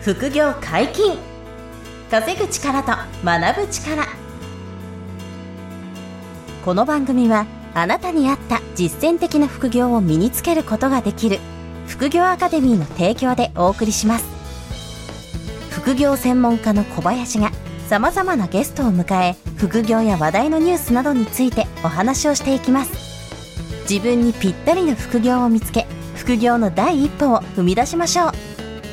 副業解禁。稼ぐ力と学ぶ力。この番組はあなたに合った実践的な副業を身につけることができる副業アカデミーの提供でお送りします。副業専門家の小林がさまざまなゲストを迎え、副業や話題のニュースなどについてお話をしていきます。自分にぴったりの副業を見つけ、副業の第一歩を踏み出しましょう。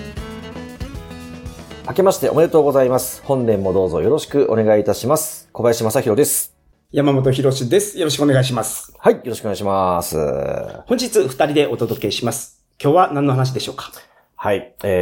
明けましておめでとうございます。本年もどうぞよろしくお願いいたします。小林正弘です。 山本博史です。よろしくお願いします。 はい、よろしくお願いします。 本日二人でお届けします。今日は何の話でしょうか？ はい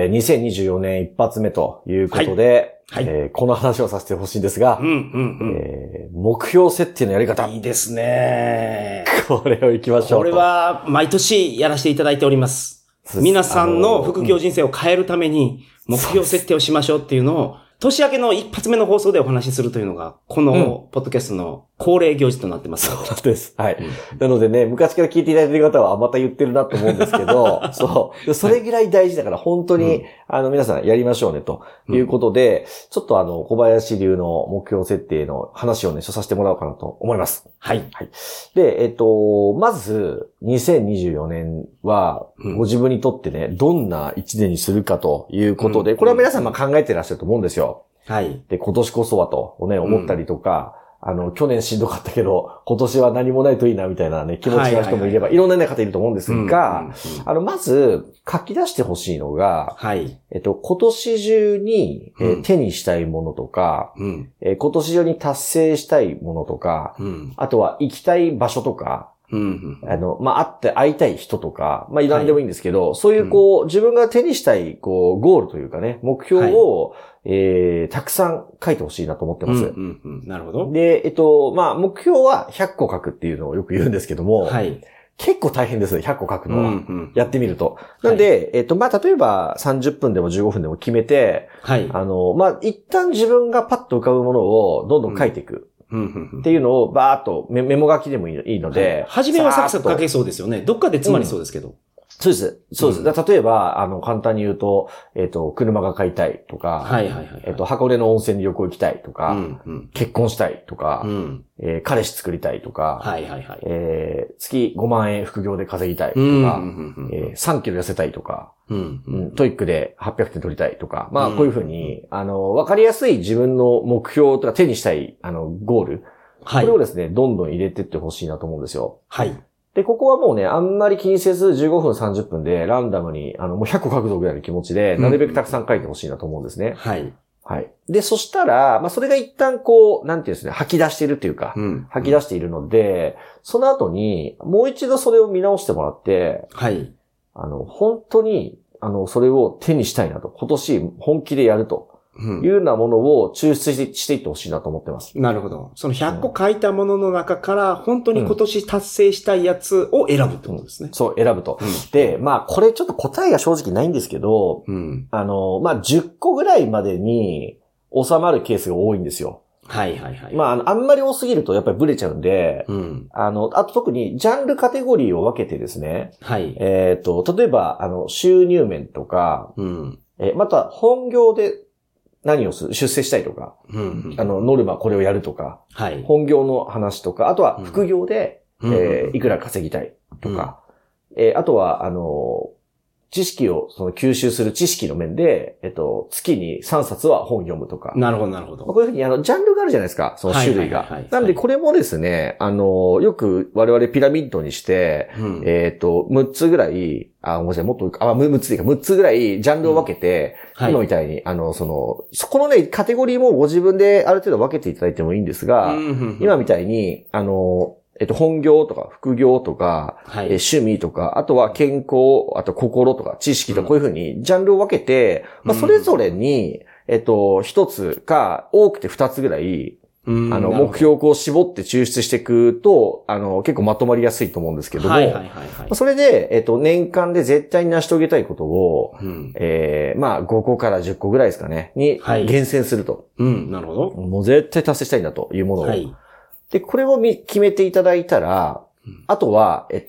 、2024年一発目ということで、 はいこの話をさせてほしいんですが、目標設定のやり方。 いいですね。 これを行きましょう。 これは毎年やらせていただいております。皆さんの副業人生を変えるために目標設定をしましょうっていうのを年明けの一発目の放送でお話しするというのが、このポッドキャストの恒例行事となってます。 そうです。はい。なのでね、昔から聞いていただいている方は、また言ってるなと思うんですけど、そう。それぐらい大事だから、本当に、皆さんやりましょうね、ということで、ちょっと小林流の目標設定の話をね、させてもらおうかなと思います。 はい。 はい。で、まず、2024年は、ご自分にとってね、どんな一年にするかということで、これは皆さん考えてらっしゃると思うんですよ。 はい。 で、今年こそはと、ね、思ったりとか、去年しんどかったけど、今年は何もないといいな、みたいなね、気持ちの人もいれば、いろんな方いると思うんですが、まず、書き出してほしいのが、 はい。 今年中に、手にしたいものとか、今年中に達成したいものとか、あとは行きたい場所とか、会って会いたい人とか、何でもいいんですけど、そういう自分が手にしたい、ゴールというかね、目標を、たくさん書いてほしいなと思ってます。 なるほど。 で、目標は100個書くっていうのをよく言うんですけども、 はい。 結構大変ですね、100個書くのは。やってみると。なんで、例えば30分でも15分でも決めて、 はい。 一旦自分がパッと浮かぶものをどんどん書いていく。っていうのをバーっとメモ書きでもいいので。 初めはサクサク書けそうですよね。どっかで詰まりそうですけど。 そうです。そうです。例えば、簡単に言うと、車が買いたいとか、箱根の温泉に旅行行きたいとか、結婚したいとか、彼氏作りたいとか、月5万円副業で稼ぎたいとか、3キロ痩せたいとか、トイックで800点取りたいとか、こういうふうに、わかりやすい自分の目標とか手にしたい、ゴール、これをですね、どんどん入れていってほしいなと思うんですよ。 はい。 で、ここはもうね、あんまり気にせず15分30分でランダムに、もう100個書くぞぐらいの気持ちで、なるべくたくさん書いてほしいなと思うんですね。 はい。 はい。で、そしたら、それが一旦なんていうんですね、吐き出しているというか、吐き出しているので、その後に、もう一度それを見直してもらって、 はい。 本当に、それを手にしたいなと、今年本気でやると。いうようなものを抽出していってほしいなと思ってます。 なるほど。その100個書いたものの中から、本当に今年達成したいやつを選ぶってことですね。 そう、選ぶと。で、これちょっと答えが正直ないんですけど、10個ぐらいまでに収まるケースが多いんですよ。 はい。 あんまり多すぎるとやっぱりブレちゃうんで、あと特にジャンルカテゴリーを分けてですね、 はい。 例えば、収入面とか、また本業で何をする、出世したいとか、ノルマこれをやるとか、本業の話とか、あとは副業で、いくら稼ぎたいとか、あとは、知識を吸収する知識の面で、月に3冊は本読むとか。 なるほど。 こういうふうに、ジャンルがあるじゃないですか、その種類が。なので、これもですね、よく我々ピラミッドにして、6つぐらい、ごめんなさい、もっと、6つでいいか、6つぐらいジャンルを分けて、今みたいに、そこのね、カテゴリーもご自分である程度分けていただいてもいいんですが、今みたいに、本業とか副業とか、趣味とか、あとは健康、あと心とか知識とかこういうふうにジャンルを分けて、それぞれに、一つか多くて二つぐらい、目標を絞って抽出していくと、結構まとまりやすいと思うんですけども、それで、年間で絶対に成し遂げたいことを、5個から10個ぐらいですかね、に厳選すると。 なるほど。 もう絶対達成したいんだというものを。で、これを決めていただいたら、あとは、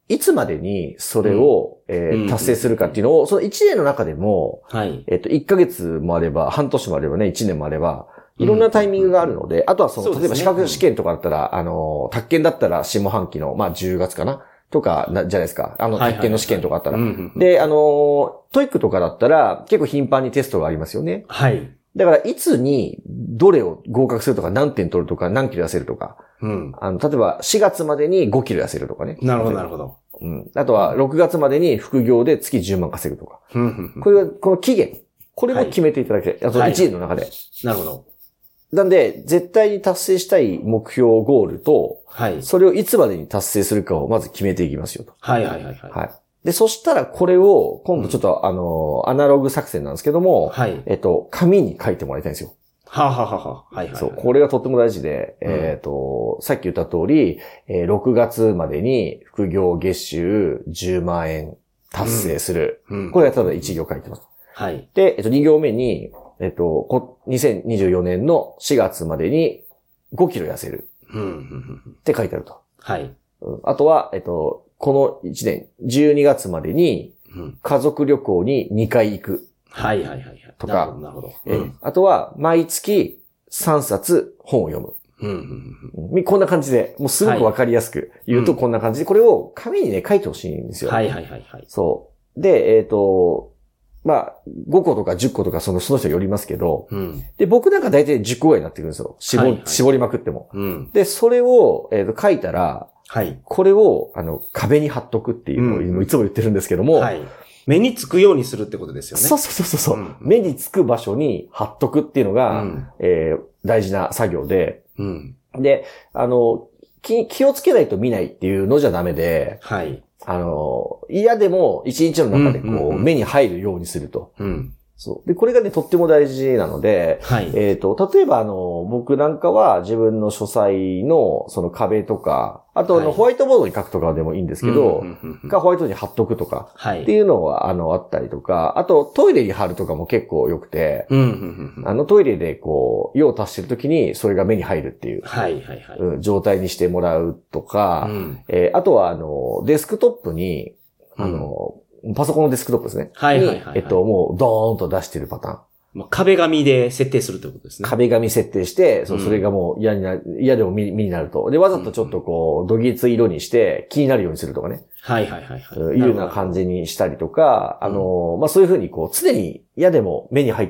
いつまでにそれを、達成するかっていうのを、その1年の中でも、 はい。 1ヶ月もあれば、半年もあればね、1年もあれば、いろんなタイミングがあるので、あとは例えば資格試験とかだったら、宅建だったら下半期の、10月かなとか、じゃないですか。宅建の試験とかあったら。で、トイックとかだったら、結構頻繁にテストがありますよね。 はい。 だから、いつに、どれを合格するとか、何点取るとか、何キロ痩せるとか。例えば、4月までに5キロ痩せるとかね。 なるほど、なるほど。 あとは、6月までに副業で月10万稼ぐとか。これは、この期限。これも決めていただきたい。1年の中で。 なるほど。 なんで、絶対に達成したい目標ゴールと、それをいつまでに達成するかをまず決めていきますよと。 はい。 で、そしたらこれを、今度ちょっとアナログ作戦なんですけども、紙に書いてもらいたいんですよ。そう、これがとっても大事で、さっき言った通り、6月までに副業月収10万円達成する。これがただ1行書いてます。で、2行目に、2024年の4月までに5キロ痩せる。って書いてあると。あとは、この1年、12月までに、家族旅行に2回行く。とか、あとは、毎月3冊本を読む。こんな感じで、もうすごくわかりやすく言うとこんな感じで、これを紙にね、書いてほしいんですよ。そう。で、5個とか10個とかその人によりますけど、で、僕なんか大体10個ぐらいになってくるんですよ。絞りまくっても。で、それを、書いたら、これを、壁に貼っとくっていうのをいつも言ってるんですけども、 目につくようにするってことですよね。 そう。目につく場所に貼っとくっていうのが、大事な作業で、で、気をつけないと見ないっていうのじゃダメで、嫌でも一日の中で目に入るようにすると。そう。で、これがね、とっても大事なので、例えば僕なんかは自分の書斎のその壁とか、あとホワイトボードに書くとかでもいいんですけど、ホワイトボードに貼っとくとか、っていうのはあったりとか、あとトイレに貼るとかも結構良くて、トイレで用を足してるときにそれが目に入るっていう、状態にしてもらうとか、あとはデスクトップに、パソコンのデスクトップですね。もうドーンと出してるパターン。 壁紙で設定するということですね。 壁紙設定して、それがもう嫌でも身になると。で、わざとちょっとどぎつい色にして気になるようにするとかね。いうような感じにしたりとか、そういうふうに常に嫌でも目に入って、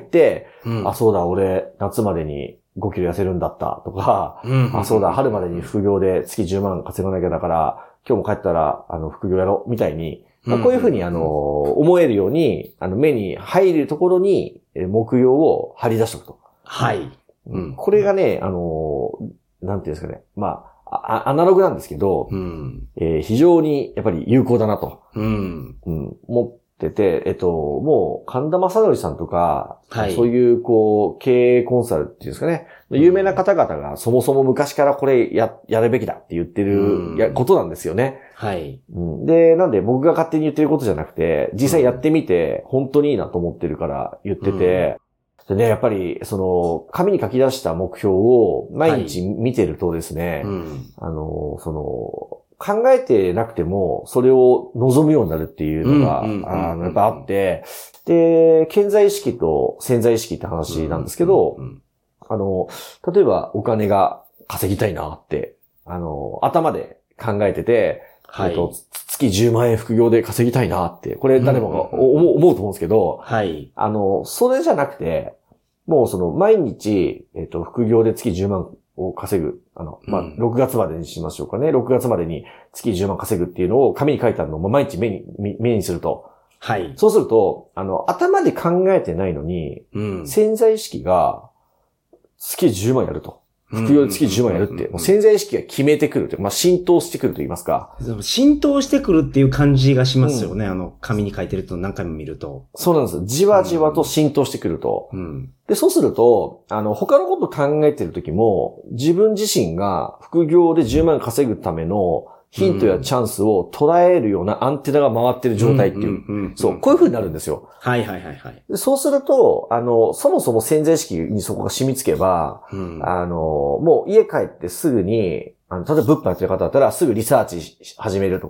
そうだ、俺、夏までに5キロ痩せるんだったとか、そうだ、春までに副業で月10万稼がなきゃだから、今日も帰ったら、副業やろう、みたいに、こういうふうに、思えるように、目に入るところに、目標を貼り出しておくと。これがね、なんていうんですかね。アナログなんですけど、非常にやっぱり有効だなと、思ってて、もう、神田正則さんとか、そういう経営コンサルっていうんですかね、有名な方々がそもそも昔からこれやるべきだって言ってることなんですよね。で、なんで僕が勝手に言ってることじゃなくて、実際やってみて本当にいいなと思ってるから言ってて、でね、やっぱり、紙に書き出した目標を毎日見てるとですね、考えてなくても、それを望むようになるっていうのが、やっぱあって、で、潜在意識と潜在意識って話なんですけど、例えばお金が稼ぎたいなって、頭で考えてて、月10万円副業で稼ぎたいなって、これ誰もが思うと思うんですけど、それじゃなくて、もう毎日、副業で月10万を稼ぐ。6月までにしましょうかね。6月までに月10万稼ぐっていうのを紙に書いてあるのを毎日目にすると。そうすると、頭で考えてないのに、潜在意識が月10万やると。副業で月10万やるって、もう潜在意識が決めてくるという、浸透してくると言いますか。 浸透してくるっていう感じがしますよね。紙に書いてると何回も見ると。 そうなんです。じわじわと浸透してくると。で、そうすると、他のこと考えてる時も、自分自身が副業で10万稼ぐためのヒントやチャンスを捉えるようなアンテナが回ってる状態っていう。そう、こういう風になるんですよ。そうすると、そもそも潜在意識にそこが染みつけば、もう家帰ってすぐに、例えば物販やってる方だったらすぐリサーチ始めるとか、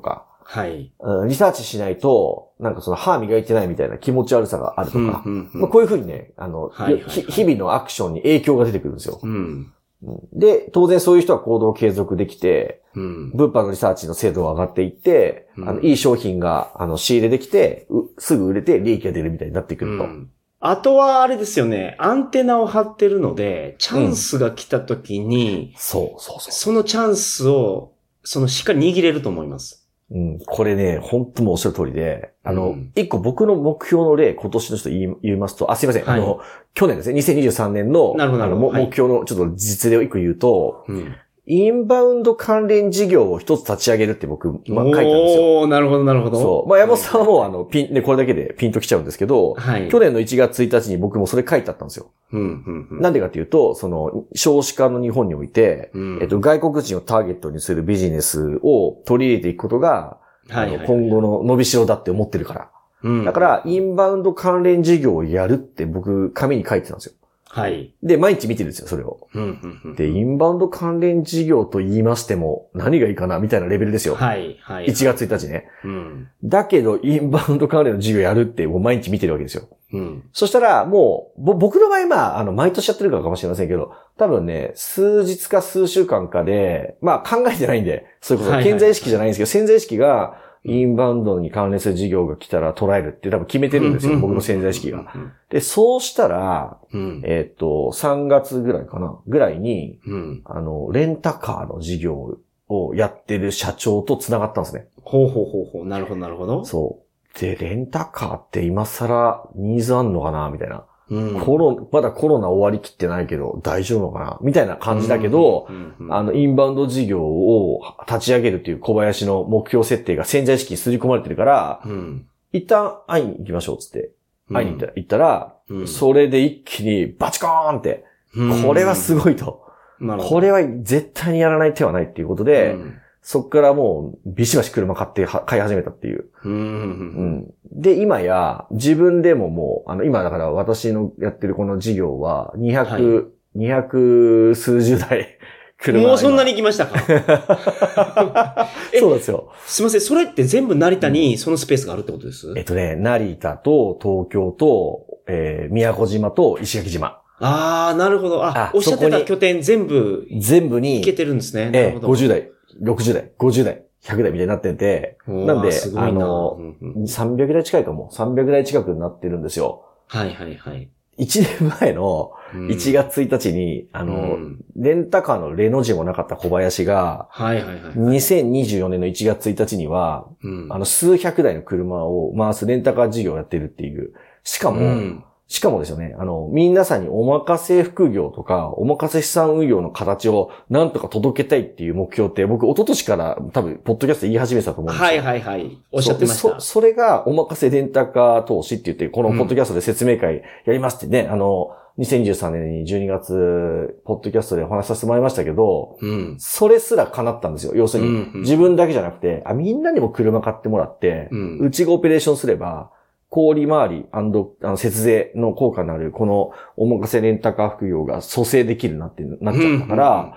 はい。 リサーチしないと、なんかその歯磨いてないみたいな気持ち悪さがあるとか、こういうふうにね、日々のアクションに影響が出てくるんですよ。で、当然そういう人は行動を継続できて、物販のリサーチの精度が上がっていって、いい商品が、仕入れできて、すぐ売れて利益が出るみたいになってくると。 あとはあれですよね、アンテナを張ってるので、チャンスが来た時に、そのチャンスを、しっかり握れると思います。 これね、本当もおっしゃる通りで、一個僕の目標の例、今年の人言いますと、すいません、去年ですね、2023年の、目標のちょっと実例を一個言うと、インバウンド関連事業を一つ立ち上げるって僕、書いたんですよ。 なるほど、なるほど。 そう。山本さんはもうこれだけでピンときちゃうんですけど、去年の1月1日に僕もそれ書いてあったんですよ。なんでかっていうと、少子化の日本において、外国人をターゲットにするビジネスを取り入れていくことが、今後の伸びしろだって思ってるから。だから、インバウンド関連事業をやるって僕、紙に書いてたんですよ。 はい。 で、毎日見てるんですよ、それを。で、インバウンド関連事業と言いましても、何がいいかなみたいなレベルですよ。 はい。はい。 1月1日ね。だけど、インバウンド関連の事業やるって、もう毎日見てるわけですよ。そしたら、もう、僕の場合、毎年やってるからかもしれませんけど、多分ね、数日か数週間かで、考えてないんで、そういうこと、潜在意識じゃないんですけど、潜在意識が、インバウンドに関連する事業が来たら捉えるって多分決めてるんですよ、僕の潜在意識が。で、そうしたら、3月ぐらいかな、ぐらいに、レンタカーの事業をやってる社長と繋がったんですね。 ほう。なるほど、なるほど。 そう。で、レンタカーって今更ニーズあんのかなみたいな。まだコロナ終わりきってないけど大丈夫のかなみたいな感じだけど、インバウンド事業を立ち上げるっていう小林の目標設定が潜在意識に刷り込まれてるから、一旦会いに行きましょうっつって、会いに行ったら、それで一気にバチコーンって、これはすごいと。これは絶対にやらない手はないっていうことで、そっからもうビシバシ車買い始めたっていう。で、今や自分でももう、今だから私のやってるこの事業は200数十台車。 もうそんなに行きましたかそうなんですよ。 すいません、それって全部成田にそのスペースがあるってことです？ 成田と東京と、宮古島と石垣島。 なるほど。おっしゃってた拠点全部に行けてるんですね。なるほど。 50台。60代、50代、100代みたいになってて、なんで、300台近いかも。300台近くになってるんですよ。 はい。 1年前の1月1日に、レンタカーのレの字もなかった小林が、2024年の1月1日には、数百台の車を回すレンタカー事業をやってるっていう。しかもですよね、皆さんにお任せ副業とか、お任せ資産運用の形をなんとか届けたいっていう目標って、僕、一昨年から多分、ポッドキャストで言い始めたと思うんですよ。 はい。おっしゃってました。 それが、お任せレンタカー投資って言って、このポッドキャストで説明会やりますってね、2023年に12月、ポッドキャストでお話しさせてもらいましたけど、それすら叶ったんですよ。要するに、自分だけじゃなくて、みんなにも車買ってもらって、うちがオペレーションすれば、小売回り&節税の効果のある、このお任せレンタカー副業が蘇生できるなってなっちゃったから、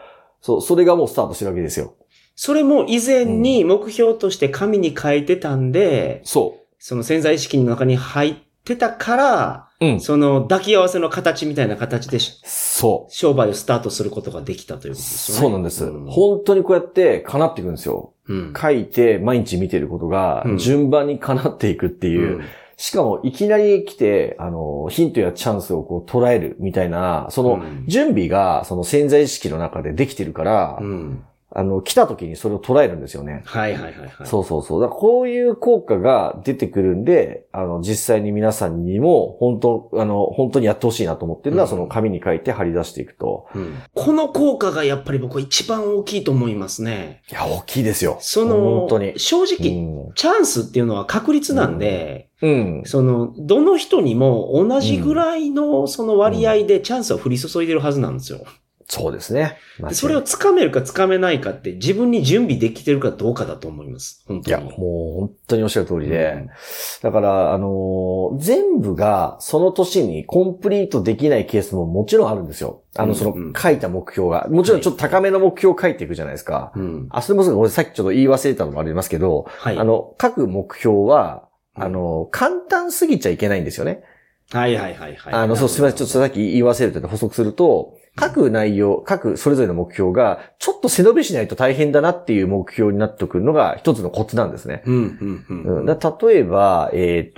それがもうスタートしてるわけですよ。 それも以前に目標として紙に書いてたんで、その潜在意識の中に入ってたから、その抱き合わせの形みたいな形で、商売をスタートすることができたということですよね。 そうなんです。本当にこうやって叶っていくんですよ。書いて毎日見てることが順番に叶っていくっていう。しかも、いきなり来て、ヒントやチャンスをこう捉えるみたいな、その準備が、その潜在意識の中でできてるから、来た時にそれを捉えるんですよね。 はい。 そう。だからこういう効果が出てくるんで、実際に皆さんにも、本当にやってほしいなと思ってるのは、その紙に書いて貼り出していくと。 この効果がやっぱり僕は一番大きいと思いますね。 いや、大きいですよ。 本当に。正直、チャンスっていうのは確率なんで、どの人にも同じぐらいのその割合でチャンスを降り注いでるはずなんですよ。 そうですね。 それをつかめるかつかめないかって自分に準備できてるかどうかだと思います。本当に。 いや、もう本当におっしゃる通りで。だから、全部がその年にコンプリートできないケースももちろんあるんですよ。書いた目標が。もちろんちょっと高めの目標を書いていくじゃないですか。それも俺さっきちょっと言い忘れたのもありますけど、書く目標は、簡単すぎちゃいけないんですよね。 はい。 すみません。ちょっとさっき言い忘れてて補足すると、書く内容、それぞれの目標が、ちょっと背伸びしないと大変だなっていう目標になってくるのが一つのコツなんですね。例えば、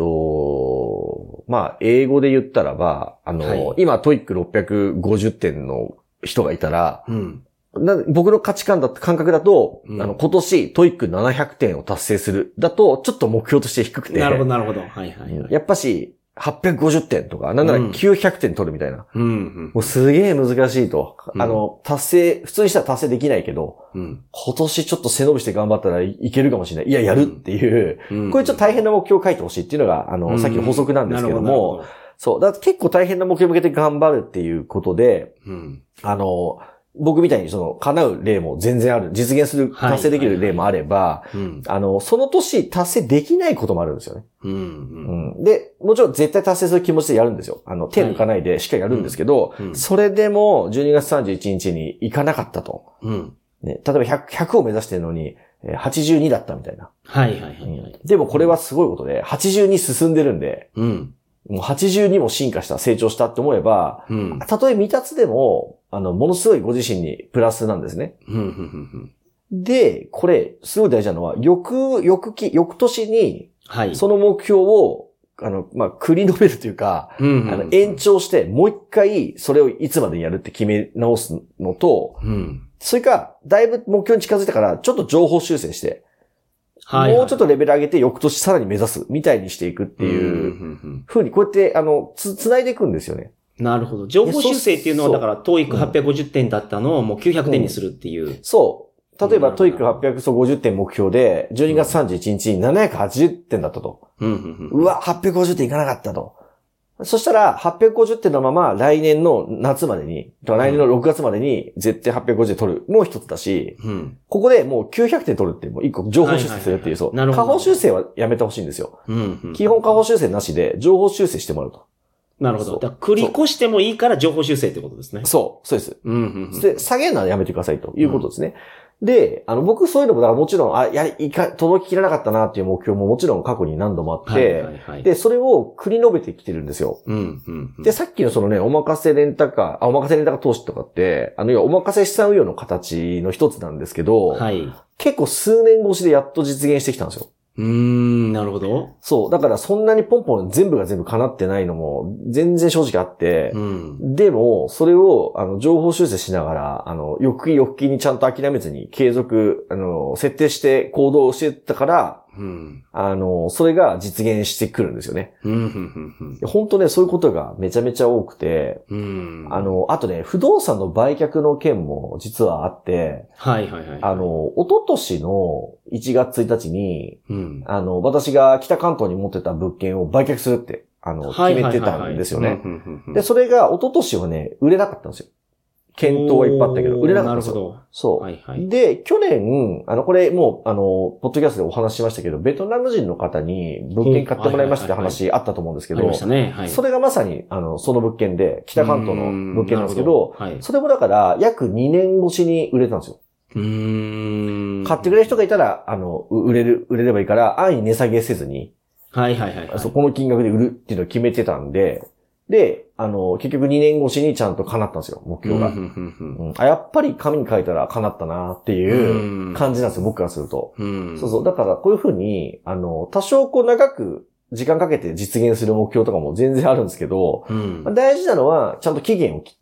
英語で言ったらば、今、トイック650点の人がいたら、僕の感覚だと、今年、トイック700点を達成する。だと、ちょっと目標として低くて。 なるほど。 やっぱし、850点とか、なんなら900点取るみたいな。もうすげえ難しいと。達成、普通にしたら達成できないけど、今年ちょっと背伸びして頑張ったらいけるかもしれない。いや、やるっていう、これちょっと大変な目標を書いてほしいっていうのが、さっきの補足なんですけども、そう、だから結構大変な目標に向けて頑張るっていうことで、僕みたいに叶う例も全然ある。実現する、達成できる例もあれば、その年達成できないこともあるんですよね。で、もちろん絶対達成する気持ちでやるんですよ。手抜かないでしっかりやるんですけど、それでも12月31日に行かなかったと。例えば100を目指してるのに、82だったみたいな。でもこれはすごいことで、82進んでるんで、もう82も進化した、成長したって思えば、たとえ未達でも、ものすごいご自身にプラスなんですね。で、これ、すごい大事なのは、翌年に、その目標を、繰り延べるというか、延長して、もう一回、それをいつまでにやるって決め直すのと、それか、だいぶ目標に近づいたから、ちょっと情報修正して、もうちょっとレベル上げて翌年さらに目指すみたいにしていくっていう風にこうやって繋いでいくんですよね。 なるほど。情報修正っていうのはだから TOEIC850 点だったのをもう900点にするっていう。 そう。例えば TOEIC850 点目標で12月31日に780点だったと。うわ、850点いかなかったと。そしたら、850点のまま来年の夏までに、来年の6月までに絶対850点取るもう一つだし、ここでもう900点取るってもう一個情報修正するっていう、そう。下方修正はやめてほしいんですよ。基本下方修正なしで情報修正してもらうと。 なるほど。だ繰り越してもいいから情報修正ってことですね。 そうです。で、下げるのはやめてくださいということですね。で、僕そういうのも、だからもちろん、届ききらなかったなっていう目標ももちろん過去に何度もあって、で、それを繰り延べてきてるんですよ。で、さっきのお任せレンタカー投資とかって、要はお任せ資産運用の形の一つなんですけど、結構数年越しでやっと実現してきたんですよ。 なるほど。 そう。だからそんなにポンポン全部が全部叶ってないのも全然正直あって、でも、それを、情報修正しながら、翌期にちゃんと諦めずに継続、設定して行動してたから、それが実現してくるんですよね。本当ね、そういうことがめちゃめちゃ多くて、あとね、不動産の売却の件も実はあって、一昨年の1月1日に、私が北関東に持ってた物件を売却するって、決めてたんですよね。で、それが一昨年はね、売れなかったんですよ。検討はいっぱいあったけど、売れなかったんですよ。なるほど。そう。で、去年、これもう、ポッドキャストでお話ししましたけど、ベトナム人の方に物件買ってもらいましたって話あったと思うんですけど、それがまさに、その物件で、北関東の物件なんですけど、それもだから、約2年越しに売れたんですよ。買ってくれる人がいたら、売れればいいから、安易に値下げせずに、この金額で売るっていうのを決めてたんで、で、結局2年越しにちゃんと叶ったんですよ、目標が。やっぱり紙に書いたら叶ったなっていう感じなんですよ、僕からすると。そう。だからこういうふうに、多少長く時間かけて実現する目標とかも全然あるんですけど、大事なのはちゃんと期限を切って、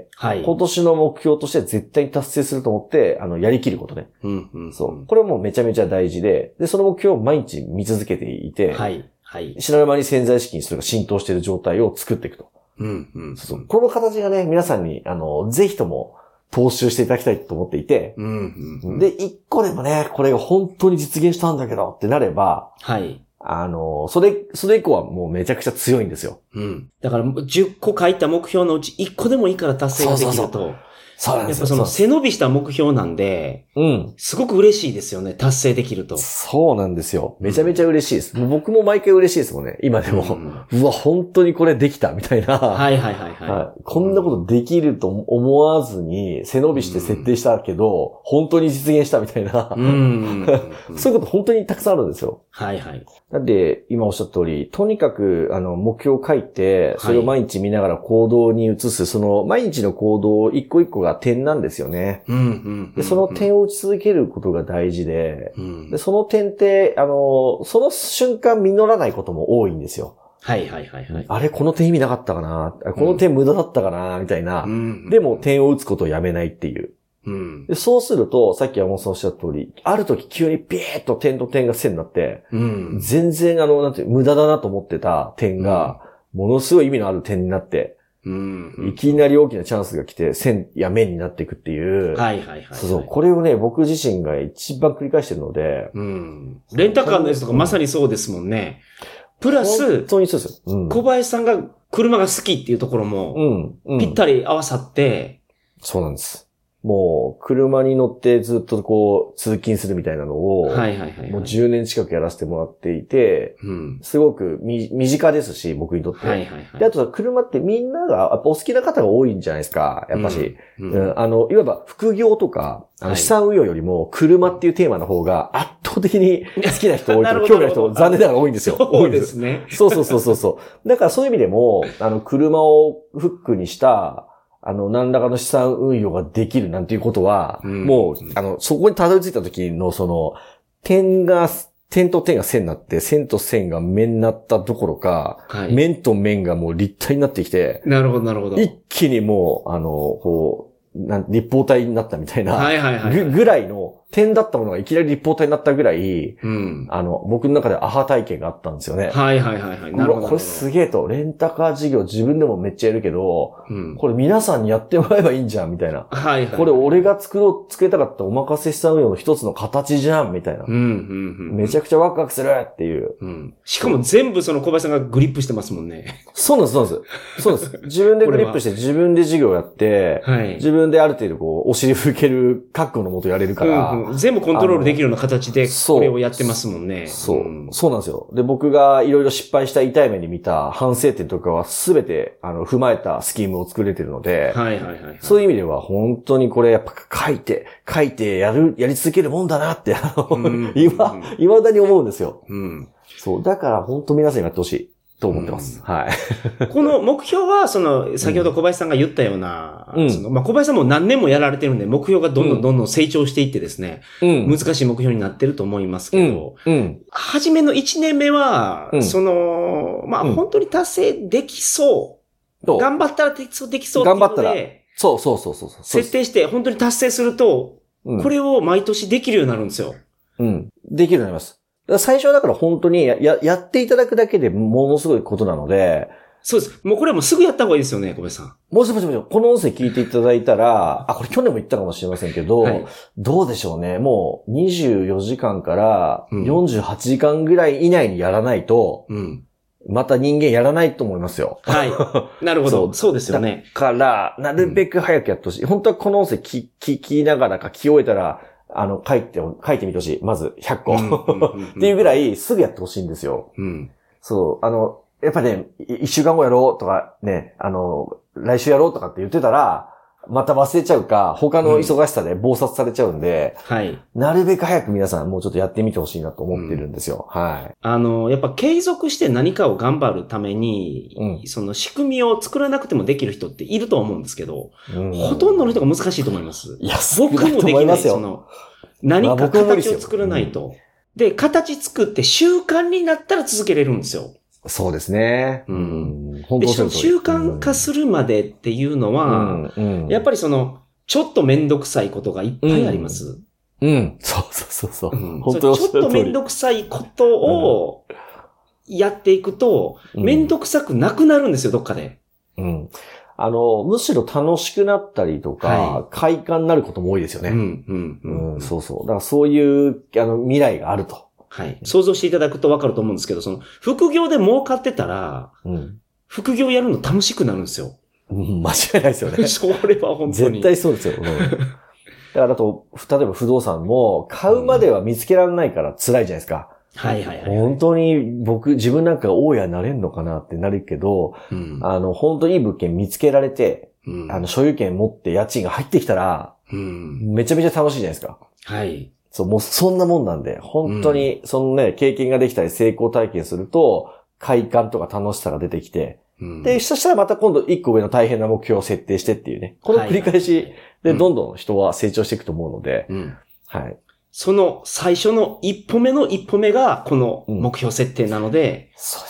今年の目標として絶対に達成すると思って、やりきることね。そう。これはもうめちゃめちゃ大事で、その目標を毎日見続けていて、知らぬ間に潜在意識にそれが浸透している状態を作っていくと。この形がね、皆さんに、ぜひとも踏襲していただきたいと思っていて、で、一個でもね、これが本当に実現したんだけどってなれば、それ以降はもうめちゃくちゃ強いんですよ。 だから10個書いた目標のうち1個でもいいから達成ができると。 そうなんですよ。 やっぱその背伸びした目標なんで、すごく嬉しいですよね、達成できると。 そうなんですよ。めちゃめちゃ嬉しいです。もう僕も毎回嬉しいですもんね、今でも。うわ、本当にこれできた、みたいな。 はいはいはいはい。 こんなことできると思わずに、背伸びして設定したけど、本当に実現したみたいな。そういうこと本当にたくさんあるんですよ。 はいはい。 なんで、今おっしゃった通り、とにかく、目標を書いて、それを毎日見ながら行動に移す、その、毎日の行動一個一個が点なんですよね。で、その点を打ち続けることが大事で、で、その点って、その瞬間実らないことも多いんですよ。 はいはいはいはい。 あれ、この点意味なかったかな、この点無駄だったかなみたいな。でも、点を打つことをやめないっていう。でそうすると、さっき山本さんおっしゃった通り、ある時急にビーッと点と点が線になって、全然なんていう、無駄だなと思ってた点が、ものすごい意味のある点になって、いきなり大きなチャンスが来て、線や面になっていくっていう。 はいはいはい。 そう、これをね、僕自身が一番繰り返してるので。 レンタカーのやつとかまさにそうですもんね。プラス、 本当にそうですよ。 小林さんが車が好きっていうところも、ぴったり合わさって、 そうなんです。もう、車に乗ってずっとこう、通勤するみたいなのを、もう10年近くやらせてもらっていて、すごく身近ですし、僕にとって。で、あとは車ってみんなが、やっぱお好きな方が多いんじゃないですか、やっぱし。いわば副業とか、資産運用よりも車っていうテーマの方が圧倒的に好きな人多いと、興味ある人残念ながら多いんですよ。 そうですね。 そう。だからそういう意味でも、車をフックにした、何らかの資産運用ができるなんていうことは、もう、そこにたどり着いた時の、点と点が線になって、線と線が面になったどころか、面と面がもう立体になってきて、 なるほど、なるほど。 一気にもう、立方体になったみたいな、ぐらいの、点だったものがいきなり立方体になったぐらい、僕の中でアハ体験があったんですよね。 なるほど。 これすげえと、レンタカー事業自分でもめっちゃやるけど、これ皆さんにやってもらえばいいんじゃん、みたいな。これ俺が作りたかったお任せ資産運用の一つの形じゃん、みたいな。めちゃくちゃワクワクするっていう。 しかも全部その小林さんがグリップしてますもんね。 そうなんです。自分でグリップして自分で事業やって、自分である程度こう、お尻拭ける覚悟のもとやれるから、 全部コントロールできるような形で、これをやってますもんね。 そうなんですよ。で、僕がいろいろ失敗した痛い目に見た反省点とかはすべて、踏まえたスキームを作れてるので、そういう意味では本当にこれやっぱ書いてやり続けるもんだなって、未だに思うんですよ。そう。だから本当皆さんにやってほしい。と思ってます。はい。 この目標は、先ほど小林さんが言ったような、小林さんも何年もやられてるんで、目標がどんどん成長していってですね、難しい目標になってると思いますけど、初めの1年目は、本当に達成できそう。頑張ったらできそうっていうので、 そう。 設定して、本当に達成すると、これを毎年できるようになるんですよ。 できるようになります。最初はだから本当にやっていただくだけでものすごいことなので。 そうです。もうこれはもうすぐやった方がいいですよね、小林さん。 もちろん。この音声聞いていただいたら、これ去年も言ったかもしれませんけど、どうでしょうね。もう24時間から48時間ぐらい以内にやらないと、また人間やらないと思いますよ。 はい。なるほど。そうですよね。 だから、なるべく早くやってほしい。本当はこの音声聞きながら書き終えたら、書いてみてほしい。まず100個。っていうぐらいすぐやってほしいんですよ。そう。やっぱね、1週間後やろうとかね、来週やろうとかって言ってたら、また忘れちゃうか、他の忙しさで暴殺されちゃうんで、なるべく早く皆さんもうちょっとやってみてほしいなと思ってるんですよ。やっぱ継続して何かを頑張るために、その仕組みを作らなくてもできる人っていると思うんですけど、ほとんどの人が難しいと思います。僕もできない。何か形を作らないと。で、形作って習慣になったら続けれるんですよ。 そうですね。 で、習慣化するまでっていうのは、やっぱりちょっとめんどくさいことがいっぱいあります。 そう。 本当にちょっとめんどくさいことをやっていくと、めんどくさくなくなるんですよ、どっかで。 むしろ楽しくなったりとか、快感になることも多いですよね。そう。だからそういう未来があると。 想像していただくと分かると思うんですけど、副業で儲かってたら、副業やるの楽しくなるんですよ。 間違いないですよね。 それは本当に。 絶対そうですよ。だからあと、例えば不動産も、買うまでは見つけられないから辛いじゃないですか。 はいはいはい。 本当に自分なんかが大家になれるのかなってなるけど、本当にいい物件見つけられて、所有権持って家賃が入ってきたら、めちゃめちゃ楽しいじゃないですか。 はい。 そう、もうそんなもんなんで、本当に、そのね、経験ができたり成功体験すると、快感とか楽しさが出てきて、で、そしたらまた今度一個上の大変な目標を設定してっていうね、この繰り返しでどんどん人は成長していくと思うので、はい。 その最初の一歩目がこの目標設定なので、 そうです。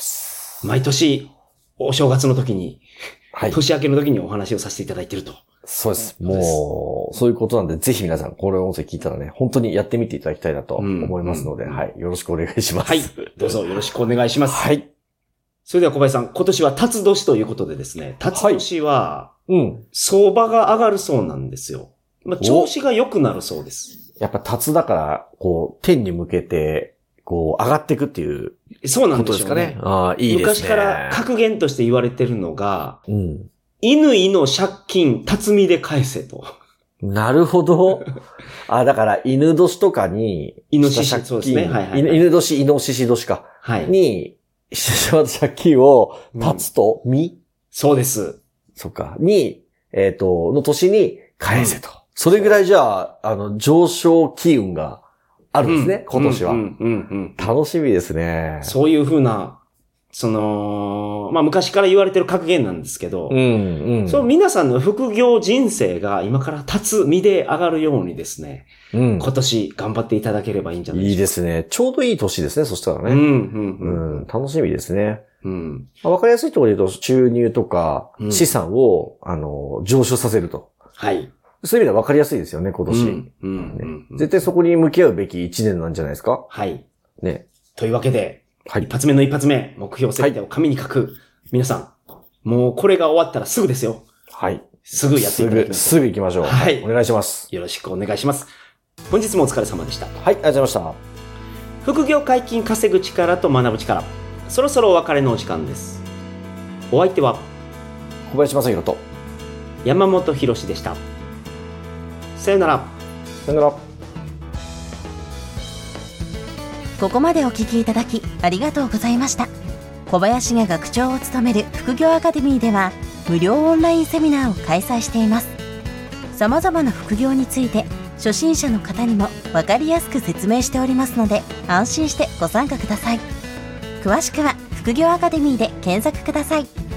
毎年お正月の時に、 はい、 年明けの時にお話をさせていただいていると。 そうです。もう、そういうことなんで、ぜひ皆さん、これを音声聞いたらね、本当にやってみていただきたいなと思いますので、はい。よろしくお願いします。 はい。どうぞよろしくお願いします。 はい。 それでは小林さん、今年は辰年ということでですね、辰年は、相場が上がるそうなんですよ。まあ、調子が良くなるそうです。 やっぱ辰だから、こう、天に向けて、こう、上がっていくっていう、 そうなんですかね。 ああ、いいですね。 昔から格言として言われてるのが、乾の借金、辰巳で返せと。 なるほど。だから、犬年とかに、 イノシシ、そうですね。はいはい。 犬年、イノシシ年か。 はい。 に、してしまった借金を、辰と巳、 そうです。 そっか。に、の年に返せと。それぐらいじゃあ、上昇機運があるんですね、今年は。楽しみですね。 そういうふうな、まあ、昔から言われてる格言なんですけど、そう皆さんの副業人生が今から辰巳で上がるようにですね、今年頑張っていただければいいんじゃないでしょうか。 いいですね。ちょうどいい年ですね、そしたらね。楽しみですね。わかりやすいところで言うと、収入とか資産を、上昇させると。 はい。 そういう意味では分かりやすいですよね、今年。絶対そこに向き合うべき一年なんじゃないですか。 はい。 ね。 というわけで、一発目、目標設定を紙に書く。皆さん、もうこれが終わったらすぐですよ。 はい。 すぐやっていただきます。 すぐ行きましょう。はい。お願いします。 よろしくお願いします。本日もお疲れ様でした。 はい、ありがとうございました。 副業解禁稼ぐ力と学ぶ力。そろそろお別れのお時間です。お相手は、 小林正弘と山本博史でした。さよなら。 さよなら。 ここまでお聞きいただきありがとうございました。小林が学長を務める副業アカデミーでは無料オンラインセミナーを開催しています。様々な副業について初心者の方にも分かりやすく説明しておりますので安心してご参加ください。詳しくは副業アカデミーで検索ください。